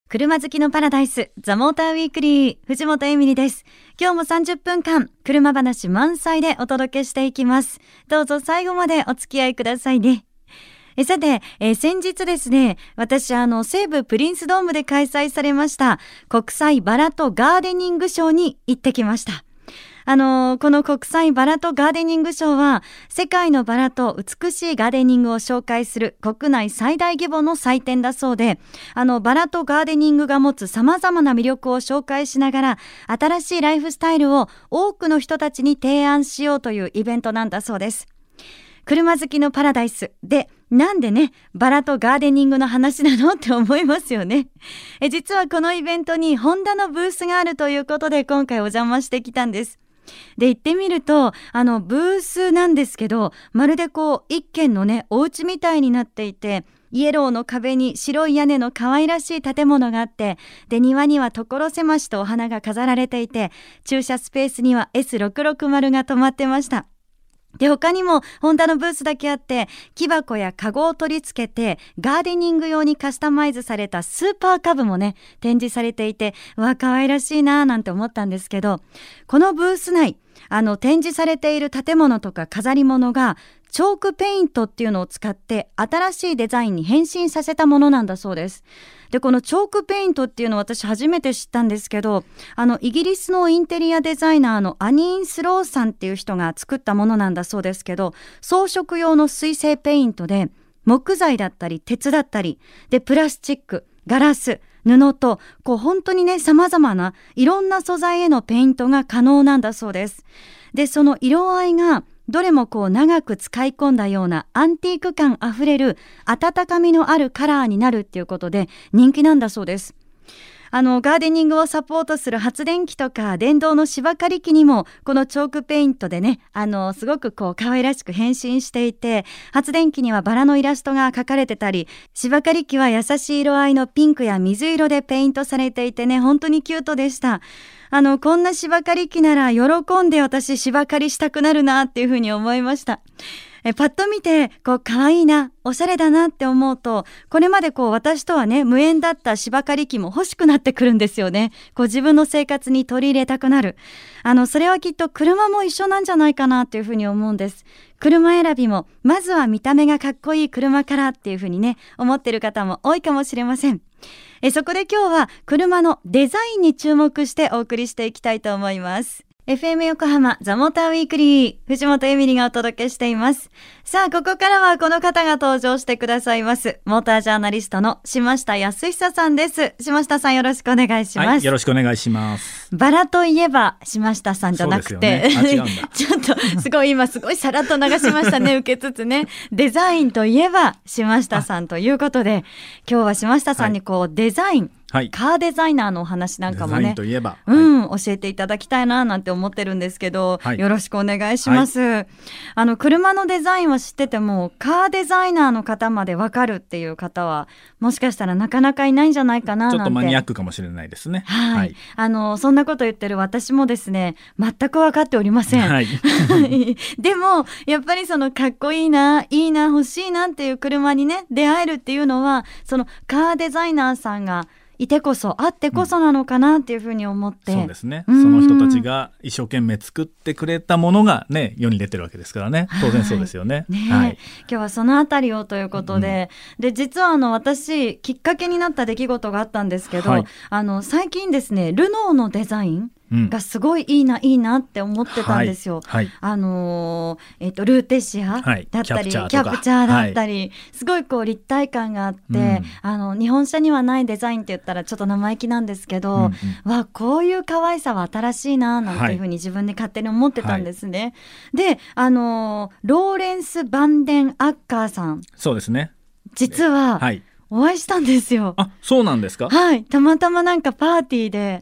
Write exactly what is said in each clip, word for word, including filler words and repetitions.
車好きのパラダイス、ザ・モーターウィークリー、藤本エミリです。今日もさんじゅっぷんかん、車話満載でお届けしていきます。どうぞ最後までお付き合いくださいね。えさて、え先日ですね、私あの西武プリンスドームで開催されました国際バラとガーデニングショーに行ってきました。あのこの国際バラとガーデニングショーは世界のバラと美しいガーデニングを紹介する国内最大規模の祭典だそうで、あのバラとガーデニングが持つ様々な魅力を紹介しながら新しいライフスタイルを多くの人たちに提案しようというイベントなんだそうです。車好きのパラダイスでなんでねバラとガーデニングの話なのって思いますよね。え実はこのイベントにホンダのブースがあるということで今回お邪魔してきたんです。で行ってみるとあのブースなんですけど、まるでこう一軒のねお家みたいになっていて、イエローの壁に白い屋根の可愛らしい建物があって、で庭には所狭しとお花が飾られていて、駐車スペースには エスろくろくまる が止まってました。で他にもホンダのブースだけあって、木箱やカゴを取り付けてガーデニング用にカスタマイズされたスーパーカブもね展示されていて、うわ可愛らしいななんて思ったんですけど、このブース内あの展示されている建物とか飾り物がチョークペイントっていうのを使って新しいデザインに変身させたものなんだそうです。でこのチョークペイントっていうのを私初めて知ったんですけど、あのイギリスのインテリアデザイナーのアニーン・スローさんっていう人が作ったものなんだそうですけど、装飾用の水性ペイントで木材だったり鉄だったりでプラスチック、ガラス、布とこう本当にね様々ないろんな素材へのペイントが可能なんだそうです。でその色合いがどれもこう長く使い込んだようなアンティーク感あふれる温かみのあるカラーになるっていうことで人気なんだそうです。あのガーデニングをサポートする発電機とか電動の芝刈り機にもこのチョークペイントでねあのすごくこう可愛らしく変身していて、発電機にはバラのイラストが描かれてたり、芝刈り機は優しい色合いのピンクや水色でペイントされていてね本当にキュートでした。あのこんな芝刈り機なら喜んで私芝刈りしたくなるなっていうふうに思いました。えパッと見てこう可愛いな、おしゃれだなって思うと、これまでこう私とはね無縁だった芝刈り機も欲しくなってくるんですよね。こう自分の生活に取り入れたくなる。あのそれはきっと車も一緒なんじゃないかなっていうふうに思うんです。車選びもまずは見た目がかっこいい車からっていうふうにね思ってる方も多いかもしれません。えそこで今日は車のデザインに注目してお送りしていきたいと思います。エフエム 横浜ザ・モーターウィークリー、藤本エミリがお届けしています。さあここからはこの方が登場してくださいます。モータージャーナリストの島下康久さんです。島下さんよろしくお願いします。 はい、よろしくお願いします。 バラといえば島下さんじゃなくて、 そうですよね。あ、違うんだ。 ちょっとすごい今すごいさらっと流しましたね受けつつね。デザインといえば島下さんということで、今日は島下さんにこう、はい、デザイン、はい、カーデザイナーのお話なんかもね、デザインといえば、うん、はい、教えていただきたいななんて思ってるんですけど、はい、よろしくお願いします、はい、あの車のデザインは知っててもカーデザイナーの方までわかるっていう方はもしかしたらなかなかいないんじゃないかななんて。 ちょっとマニアックかもしれないですね。 はい、 はい、 あのそんなこと言ってる私もですね全く分かっておりません、はい、でもやっぱりそのかっこいいな、いいな、欲しいなっていう車にね出会えるっていうのはそのカーデザイナーさんがいてこそ、あってこそなのかなっていうふうに思って、 うん、そうですね。その人たちが一生懸命作ってくれたものがね世に出てるわけですからね。当然そうですよね。 ね、 はい、 今日はそのあたりをということで、うん、で実はあの私きっかけになった出来事があったんですけど、はい、あの最近ですねルノーのデザインがすごいいいな、うん、いいなって思ってたんですよ、はいはい、あのーえー、とルーテシアだったり、はい、キャプチャーキャプチャーだったり、はい、すごいこう立体感があって、うん、あの日本車にはないデザインって言ったらちょっと生意気なんですけど、うんうん、わこういう可愛さは新しいななんていうふうに自分で勝手に思ってたんですね、はい、で、あのー、ローレンス・バンデン・アッカーさん、 そうですね、 実は、はい、お会いしたんですよ。 あ、そうなんですか。 はい、たまたまなんかパーティーで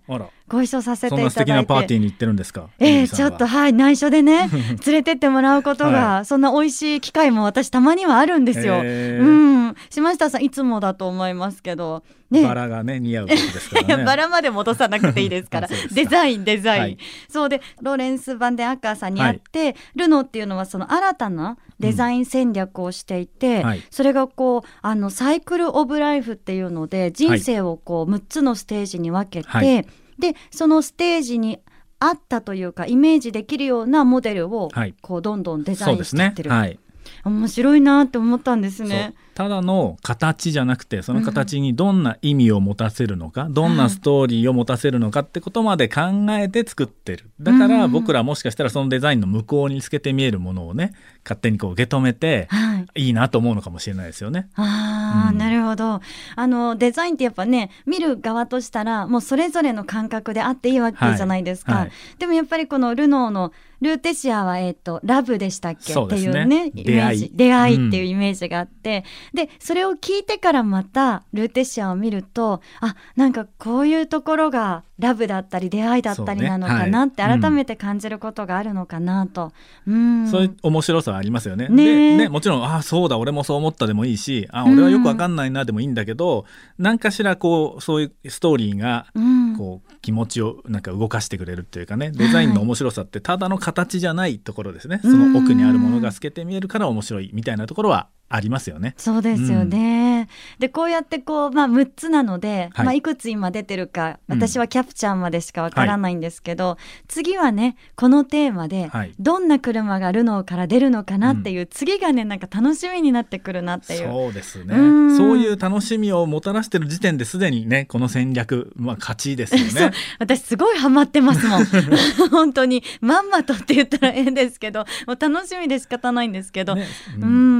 ご一緒させていただいて、 そんな素敵なパーティーに行ってるんですか？ えー、ちょっとはい内緒でね連れてってもらうことが、はい、そんな美味しい機会も私たまにはあるんですよ。うん、島下さんいつもだと思いますけど、ね、 バラがね似合うことですからね。 いやバラまで戻さなくていいですからデザインデザイン、はい、そうでローレンス・ヴァンデン・アッカーさんにあって、はい、ルノーっていうのはその新たなデザイン戦略をしていて、うんはい、それがこうあのサイクル・オブ・ライフっていうので人生をこうむっつのステージに分けて、はい、でそのステージに合ったというかイメージできるようなモデルをこうどんどんデザインしていってる、はい、面白いなって思ったんですね。 ただの形じゃなくてその形にどんな意味を持たせるのか、うん、どんなストーリーを持たせるのかってことまで考えて作ってる。だから僕らもしかしたらそのデザインの向こうに透けて見えるものをね勝手にこう受け止めて、はい、いいなと思うのかもしれないですよね。 あ、うん、なるほど。あのデザインってやっぱね見る側としたらもうそれぞれの感覚であっていいわけじゃないですか、はいはい、でもやっぱりこのルノーのルーテシアは、えーと、ラブでしたっけ、 そうですね、 っていうねイメージ出会いっていうイメージがあって、うん、でそれを聞いてからまたルーテシアを見るとあなんかこういうところがラブだったり出会いだったりなのかなって改めて感じることがあるのかなと、うん、 そういう面白さはありますよね。 ねでねもちろんあそうだ俺もそう思ったでもいいしあ俺はよくわかんないなでもいいんだけど、うん、何かしらこうそういうストーリーがこう、うん、気持ちをなんか動かしてくれるっていうかねデザインの面白さってただの形じゃないところですね、はい、その奥にあるものが透けて見えるから面白いみたいなところはありますよね。 そうですよね、うん、でこうやってこう、まあ、むっつなので、はいまあ、いくつ今出てるか私はキャプチャーまでしかわからないんですけど、うん、次はねこのテーマでどんな車がルノーから出るのかなっていう、うん、次がねなんか楽しみになってくるなっていう。 そうですね、うんそういう楽しみをもたらしてる時点ですでにねこの戦略、まあ、勝ちですよね。そう私すごいハマってますもん本当にまんまとって言ったらええんですけどもう楽しみで仕方ないんですけど、ねうん、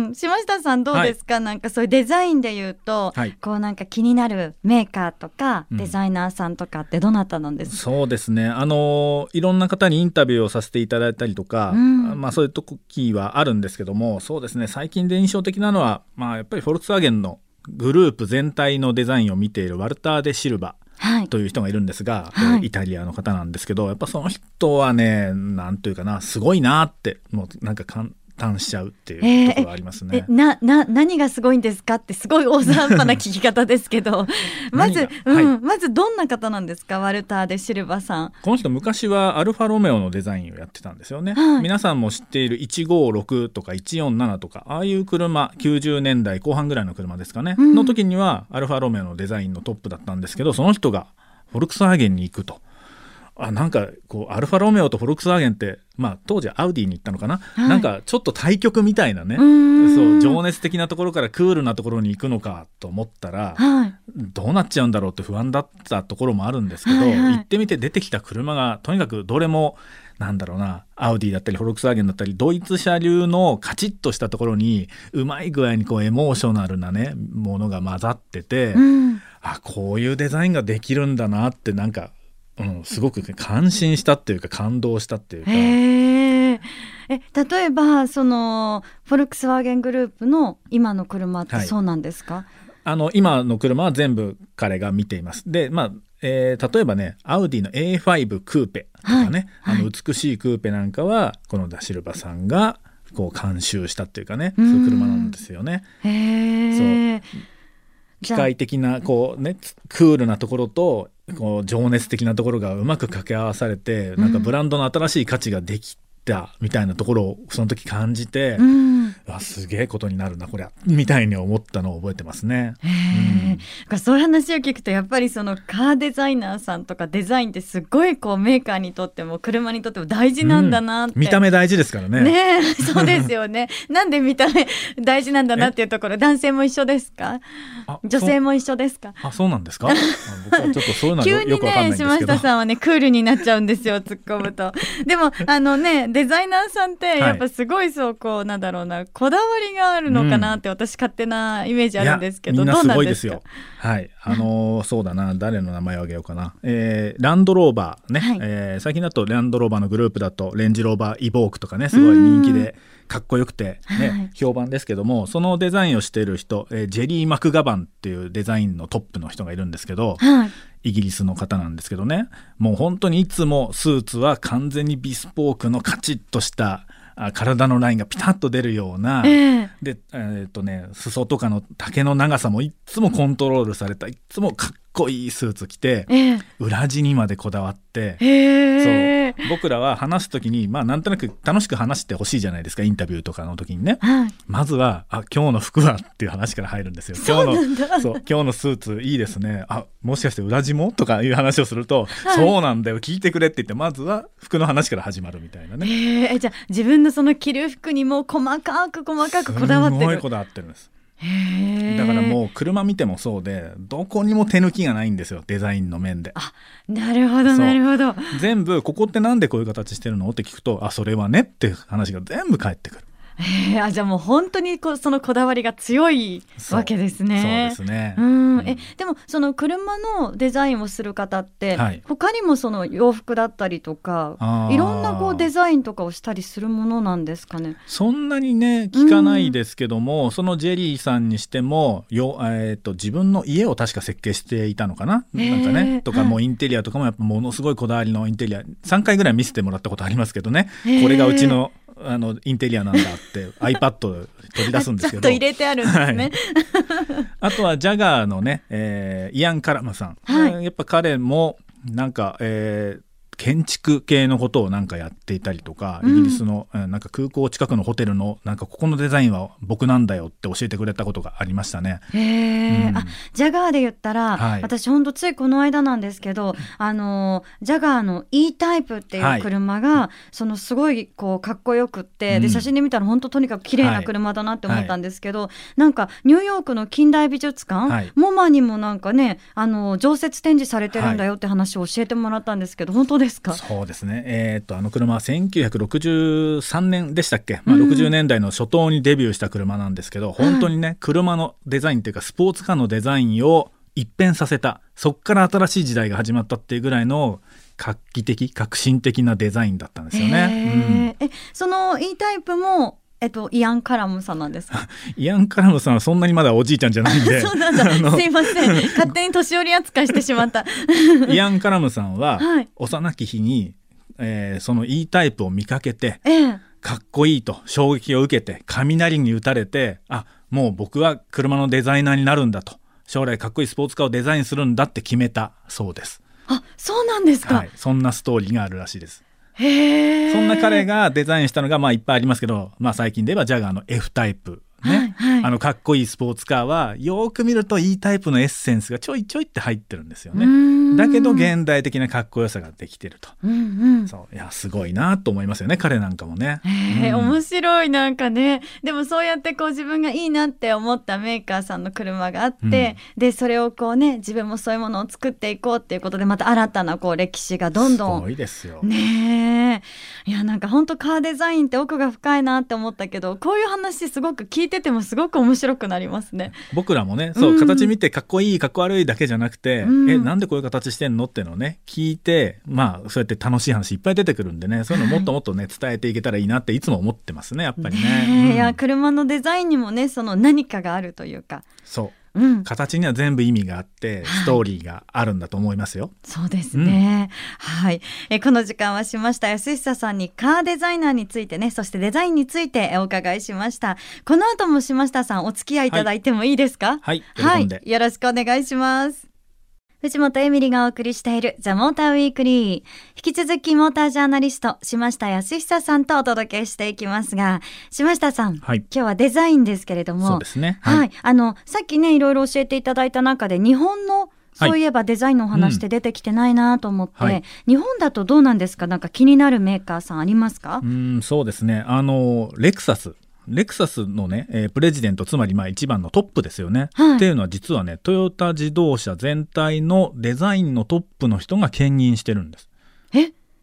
島下さんどうですか、はい、なんかそういうデザインで言うと、はい、こうなんか気になるメーカーとかデザイナーさんとかってどなたなんですか？ うん、そうですねあのいろんな方にインタビューをさせていただいたりとか、うんまあ、そういう時はあるんですけどもそうですね最近で印象的なのは、まあ、やっぱりフォルクスワーゲンのグループ全体のデザインを見ているワルター・デ・シルバという人がいるんですが、はい、イタリアの方なんですけどやっぱその人はねなんというかなすごいなってもうなんか感嘆しちゃうっていうところがありますね。 えー、なな何がすごいんですかってすごい大雑把な聞き方ですけどまず、うんはい、まずどんな方なんですかワルター・デ・シルバさん。 この人昔はアルファロメオのデザインをやってたんですよね、はい、皆さんも知っているいちごろくとかいちよんななとかああいう車きゅうじゅうねんだいこう半ぐらいの車ですかね、うん、の時にはアルファロメオのデザインのトップだったんですけどその人がフォルクスワーゲンに行くとあなんかこうアルファロメオとフォルクスワーゲンって、まあ、当時アウディに行ったのかな、はい、なんかちょっと対極みたいなねそう情熱的なところからクールなところに行くのかと思ったら、はい、どうなっちゃうんだろうって不安だったところもあるんですけど、はいはい、行ってみて出てきた車がとにかくどれもなんだろうなアウディだったりフォルクスワーゲンだったりドイツ車流のカチッとしたところにうまい具合にこうエモーショナルなねものが混ざってて、うん、あこういうデザインができるんだなってなんかうん、すごく感心したっていうか感動したっていうか。 へえ例えばそのフォルクスワーゲングループの今の車ってそうなんですか？はい、 あの今の車は全部彼が見ています。で、まあえー、例えばねアウディの エーファイブ クーペとかね、はい、あの美しいクーペなんかはこのダシルバさんがこう監修したっていうかねそういう車なんですよね。 へそう機械的なこう、ね、クールなところとこう情熱的なところがうまく掛け合わされて、うん、なんかブランドの新しい価値ができたみたいなところをその時感じて、うん、あすげえことになるなこりゃみたいに思ったのを覚えてますね。 へ、うん、そういう話を聞くとやっぱりそのカーデザイナーさんとかデザインってすごいこうメーカーにとっても車にとっても大事なんだなって、 うん、見た目大事ですからね。 ねそうですよねなんで見た目大事なんだなっていうところ男性も一緒ですか女性も一緒ですか？ あそうなんですか僕はちょっとそういうのはよくわかんないんですけど急にね島下さんはねクールになっちゃうんですよ突っ込むとでもあのねデザイナーさんってやっぱすごいそうこうなんだろうなこだわりがあるのかなって私勝手なイメージあるんですけど、 みんなすごいですどうよ。はいあのー、そうだな誰の名前を挙げようかな、えー、ランドローバーね、はいえー、最近だとランドローバーのグループだとレンジローバーイボークとかねすごい人気でかっこよくて、ねはい、評判ですけども、そのデザインをしている人、えー、ジェリー・マクガバンっていうデザインのトップの人がいるんですけど、はいイギリスの方なんですけどね、もう本当にいつもスーツは完全にビスポークのカチッとした体のラインがピタッと出るような、えーでえーっとね、裾とかの丈の長さもいつもコントロールされたいつもかっこいいスーツ着て、えー、裏地にまでこだわって、えー、そう僕らは話す時に、まあ、なんとなく楽しく話してほしいじゃないですか、インタビューとかの時にね、はい、まずはあ今日の服はっていう話から入るんですよ。今日のそう今日のスーツいいですね、あもしかして裏地もとかいう話をすると、はい、そうなんだよ聞いてくれって言ってまずは服の話から始まるみたいなね。 えー、じゃあ自分のその着る服にも細かく細かくこだわってる。 すごいこだわってるんです。へだからもう車見てもそうでどこにも手抜きがないんですよ、デザインの面で。 あなるほどなるほど。 全部ここってなんでこういう形してるのって聞くとあそれはねって話が全部返ってくる。 えー、あじゃあもう本当にこうそのこだわりが強いわけですね。 そうですね、 うん、えでもその車のデザインをする方って、はい、他にもその洋服だったりとかいろんなこうデザインとかをしたりするものなんですかね。 そんなにね聞かないですけども、うん、そのジェリーさんにしてもよ、えー、と自分の家を確か設計していたのかな、えー、なんかねとか、もうインテリアとかもやっぱものすごいこだわりのインテリアさんかいぐらい見せてもらったことありますけどね、えー、これがうちのあのインテリアなんだって iPad 取り出すんですけどちょっと入れてあるんですね、 はい、あとはジャガーのね、えー、イアン・カラムさん、はい、やっぱ彼もなんか、えー建築系のことをなんかやっていたりとか、イギリスの、うん、なんか空港近くのホテルのなんかここのデザインは僕なんだよって教えてくれたことがありましたね。 へー、うん、あジャガーで言ったら、はい、私ほんとついこの間なんですけど、あのジャガーの E タイプっていう車が、はい、そのすごいこうかっこよくって、うん、で写真で見たら本当とにかく綺麗な車だなって思ったんですけど、はい、なんかニューヨークの近代美術館、はい、モマにもなんかねあの常設展示されてるんだよって話を教えてもらったんですけど、本当ですか？ そうですね、えー、とあの車はせんきゅうひゃくろくじゅうさんねんでしたっけ、まあ、ろくじゅうねんだいの初頭にデビューした車なんですけど、うん、本当にね車のデザインというかスポーツカーのデザインを一変させた、そっから新しい時代が始まったっていうぐらいの画期的革新的なデザインだったんですよね、 うん、えその E タイプもえっと、イアン・カラムさんなんですか？ イアン・カラムさんはそんなにまだおじいちゃんじゃないんでそうなんだすいません勝手に年寄り扱いしてしまったイアン・カラムさんは、はい、幼き日に、えー、その E タイプを見かけて、ええ、かっこいいと衝撃を受けて雷に打たれて、あもう僕は車のデザイナーになるんだと、将来かっこいいスポーツカーをデザインするんだって決めたそうです。 あそうなんですか、 はい、そんなストーリーがあるらしいです。 へー、 そんな彼がデザインしたのがまあいっぱいありますけど、まあ、最近で言えばジャガーの F タイプね、はいはい、あのかっこいいスポーツカーはよく見ると E タイプのエッセンスがちょいちょいって入ってるんですよね。だけど現代的なかっこよさができてると、うんうん、そういやすごいなと思いますよね、彼なんかもね。 へー、うん、面白いなんかね。でもそうやってこう自分がいいなって思ったメーカーさんの車があって、うん、でそれをこうね自分もそういうものを作っていこうっていうことでまた新たなこう歴史がどんどんすごいですよね。いやなんか本当カーデザインって奥が深いなって思ったけど、こういう話すごく聞いててもすごく面白くなりますね。 僕らもねそう、うん、形見てかっこいいかっこ悪いだけじゃなくて、うん、えなんでこういう形してんのっていうのをね聞いて、まあそうやって楽しい話いっぱい出てくるんでね、そういうのもっともっとね伝えていけたらいいなっていつも思ってますね、やっぱり ね, ね、 うん、いや車のデザインにもねその何かがあるというか、 そう、うん、形には全部意味があってストーリーがあるんだと思いますよ、はい、 そうですね、うん、はい。えこの時間は島下康久さんにカーデザイナーについてね、そしてデザインについてお伺いしました。この後も島下さんお付き合いいただいてもいいですか？ はい、はい、喜んで、 はい、よろしくお願いします。藤本エミリがお送りしているザ・モーターウィークリー、引き続きモータージャーナリスト島下康久さんとお届けしていきますが、島下さん、はい、今日はデザインですけれども、 そうですね、はい、 はい、あのさっきねいろいろ教えていただいた中で日本のそういえばデザインのお話って出てきてないなと思って、はい、うん、日本だとどうなんですか？なんか気になるメーカーさんありますか？ うーんそうですね、あのレクサスレクサスのね、えー、プレジデント、つまりまあ一番のトップですよね、はい、っていうのは実はねトヨタ自動車全体のデザインのトップの人が兼任してるんです。 え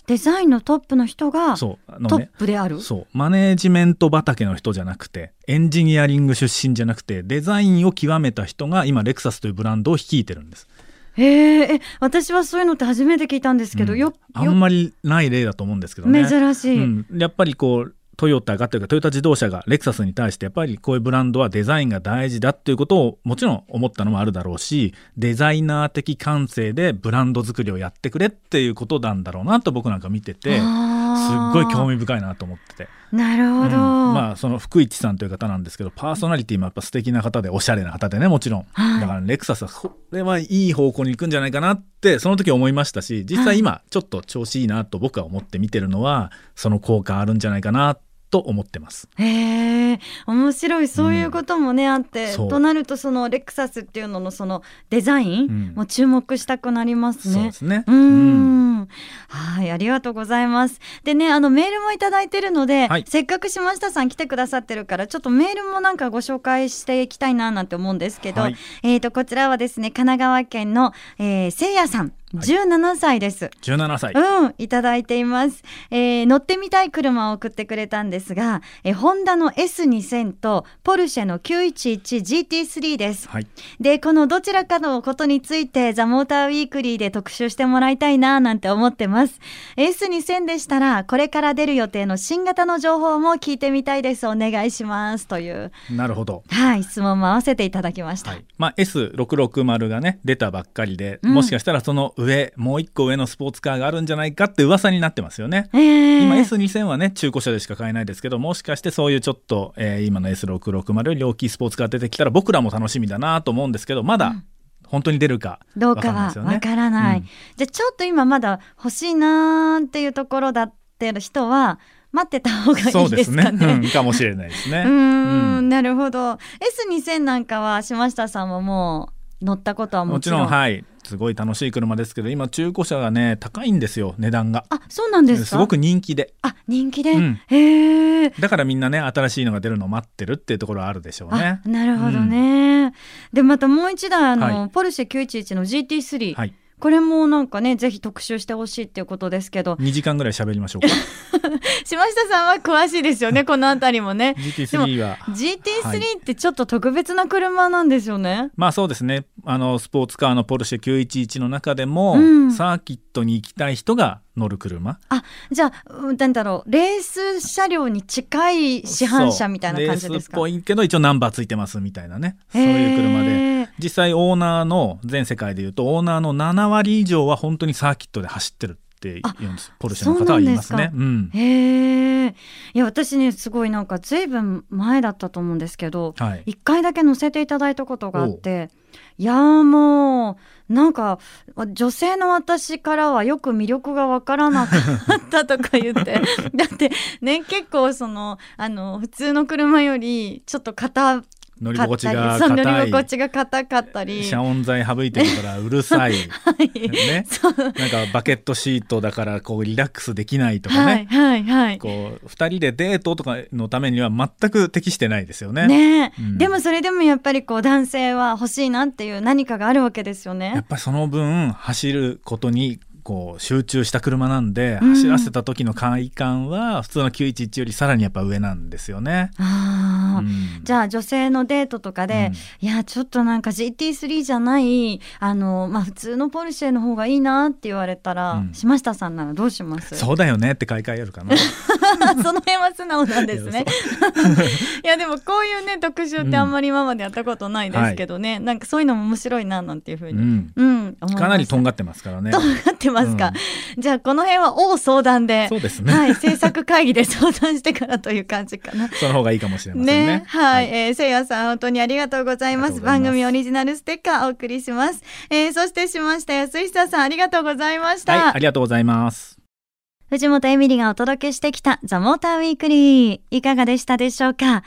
デザインのトップの人がそうあの、ね、 トップである。 そうマネージメント畑の人じゃなくて、エンジニアリング出身じゃなくて、デザインを極めた人が今レクサスというブランドを率いてるんです。 へえ、私はそういうのって初めて聞いたんですけど、うん、よよあんまりない例だと思うんですけどね。 珍しい、 うん、やっぱりこうトヨタがというかトヨタ自動車がレクサスに対してやっぱりこういうブランドはデザインが大事だっていうことをもちろん思ったのもあるだろうし、デザイナー的感性でブランド作りをやってくれっていうことなんだろうなと僕なんか見てて、すっごい興味深いなと思ってて。 なるほど、うん、 まあその福一さんという方なんですけど、パーソナリティもやっぱ素敵な方でおしゃれな方でね、もちろん、はい、だからレクサスはこれはいい方向に行くんじゃないかなってその時思いましたし、実際今ちょっと調子いいなと僕は思って見てるのはその効果あるんじゃないかなと思ってます。 へえ、面白い。そういうこともね、うん、あってとなるとそのレクサスっていうののそのデザインも注目したくなりますね。 そうですね。 うん、うん、はい、ありがとうございます。でね、あのメールもいただいてるので、はい、せっかく島下さん来てくださってるからちょっとメールもなんかご紹介していきたいななんて思うんですけど、はい、えーとこちらはですね、神奈川県の、えー、せいやさんじゅうななさいです。 じゅうななさい、 うん、いただいています、えー、乗ってみたい車を送ってくれたんですが、えー、ホンダの エスにせん とポルシェの きゅういちいちジーティースリー です、はい、でこのどちらかのことについてザ・モーターウィークリーで特集してもらいたいななんて思ってます。 エスにせん でしたらこれから出る予定の新型の情報も聞いてみたいです、お願いしますという。 なるほど、 はい、質問も合わせていただきました、 はい、まあ、エスろくろくまる がね出たばっかりで、うん、もしかしたらその上もう一個上のスポーツカーがあるんじゃないかって噂になってますよね、えー、今 エスにせん はね中古車でしか買えないですけど、もしかしてそういうちょっと、えー、今の エスろくろくまる より大きいスポーツカー出てきたら僕らも楽しみだなと思うんですけど、まだ本当に出るかどうかはわからない、うん、じゃあちょっと今まだ欲しいなっていうところだってる人は待ってた方がいいですかね。そうですね、 うん、かもしれないですね。 うーん、うん、なるほど。 エスにせん なんかは島下さんももう乗ったことはもちろん。 もちろん、はい、すごい楽しい車ですけど、今中古車がね高いんですよ、値段が。 あ、そうなんですか。 すごく人気で。 あ、人気で、うん、へえ。 だからみんなね新しいのが出るのを待ってるっていうところはあるでしょうね。 あ、なるほどね、うん、でまたもう一台あの、はい、ポルシェきゅういちいちの ジーティースリー、はい、これもなんかねぜひ特集してほしいっていうことですけど、 にじかんぐらい喋りましょうか。 島下さんは詳しいですよねこのあたりもね。 ジーティースリー はジーティースリー ってちょっと特別な車なんですよね、はい、 まあそうですね、あのスポーツカーのポルシェきゅういちいちの中でも、うん、サーキットに行きたい人が乗る車。 あ、じゃあなんだろう、レース車両に近い市販車みたいな感じですか。 レースっぽいけど一応ナンバーついてますみたいなね、そういう車で、実際オーナーの全世界でいうとオーナーのななわり以上は本当にサーキットで走ってるって言うんです。ポルシェの方は言いますね。うん、へえ。いや私ねすごいなんかずいぶん前だったと思うんですけど、 はい、 いっかいだけ乗せていただいたことがあって、いやもうなんか女性の私からはよく魅力がわからなかったとか言ってだってね結構そのあの普通の車よりちょっと硬乗り心地が硬い、 乗り心地が硬かったり、 遮音材省いてるからうるさい、はいね、なんかバケットシートだからこうリラックスできないとかね、 はいはいはい、 こうふたりでデートとかのためには全く適してないですよね。 ね、うん、でもそれでもやっぱりこう男性は欲しいなっていう何かがあるわけですよね。 やっぱりその分走ることにこう集中した車なんで、うん、走らせた時の快感は普通のきゅういちいちよりさらにやっぱ上なんですよね。 あ、うん、じゃあ女性のデートとかで、うん、いやちょっとなんか ジーティースリー じゃないあの、まあ、普通のポルシェの方がいいなって言われたら、うん、島下さんならどうします？ そうだよねって買い替えるかな。 その辺は素直なんですね。いやでもこういうね特集ってあんまり今までやったことないですけどね、うん、なんかそういうのも面白いななんていうふうに、うんうん、思いました。 かなりとんがってますからね。 とんがってますか、うん、じゃあこの辺は大相談で、 そうですね、 はい、制作会議で相談してからという感じかな。 その方がいいかもしれませんね。 ね、はい、はい、えー、せいやさん本当にありがとうございます。番組オリジナルステッカーお送りします、えー、そして島下康久さんありがとうございました。 はい、ありがとうございます。 藤本エミリがお届けしてきたザ・モーターウィークリーいかがでしたでしょうか。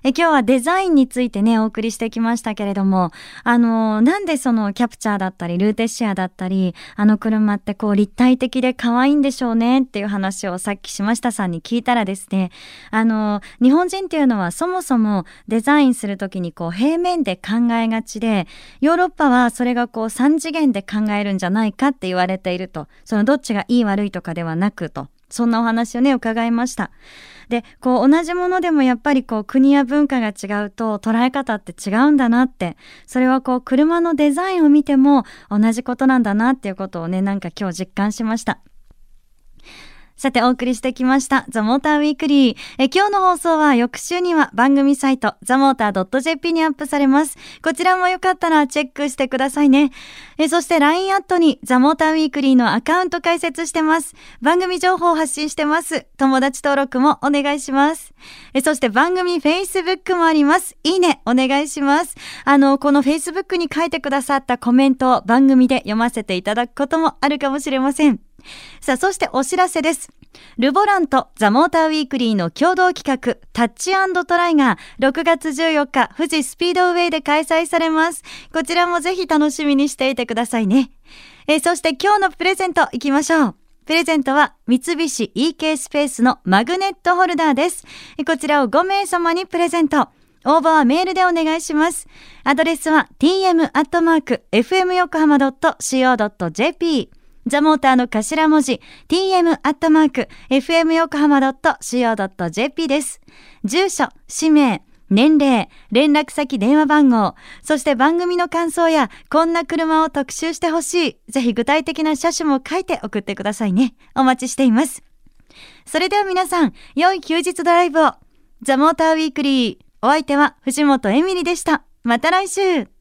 え今日はデザインについてねお送りしてきましたけれども、あのなんでそのキャプチャーだったりルーテシアだったりあの車ってこう立体的で可愛いんでしょうねっていう話をさっき島下さんに聞いたらですね、あの日本人っていうのはそもそもデザインするときにこう平面で考えがちで、ヨーロッパはそれがこうさん次元で考えるんじゃないかって言われていると、そのどっちがいい悪いとかではなくと、そんなお話をね伺いました。でこう同じものでもやっぱりこう国や文化が違うと捉え方って違うんだなって、それはこう車のデザインを見ても同じことなんだなっていうことをねなんか今日実感しました。さてお送りしてきましたザ・モーターウィークリー。え今日の放送は翌週には番組サイトザモーター .jp にアップされます。こちらもよかったらチェックしてくださいね。えそして ライン アットにザ・モーターウィークリーのアカウント開設してます。番組情報を発信してます。友達登録もお願いします。えそして番組 Facebook もあります。いいねお願いします。あのこの Facebook に書いてくださったコメントを番組で読ませていただくこともあるかもしれません。さあそしてお知らせです。ルボランとザ・モーターウィークリーの共同企画タッチ&トライがろくがつじゅうよっか富士スピードウェイで開催されます。こちらもぜひ楽しみにしていてくださいね。えそして今日のプレゼントいきましょう。プレゼントは三菱 イーケー スペースのマグネットホルダーです。こちらをごめいさまにプレゼント。応募はメールでお願いします。アドレスは ティーエム アットマーク エフエム 横浜 ドット シーオー ドット ジェーピー ザ・モーターの頭文字 ティーエム アットマーク エフエム 横浜 ドット シーオー ドット ジェーピー です。住所、氏名、年齢、連絡先、電話番号、そして番組の感想やこんな車を特集してほしい、ぜひ具体的な車種も書いて送ってくださいね。お待ちしています。それでは皆さん、良い休日ドライブを。ザ・モーターウィークリー、お相手は藤本エミリでした。また来週。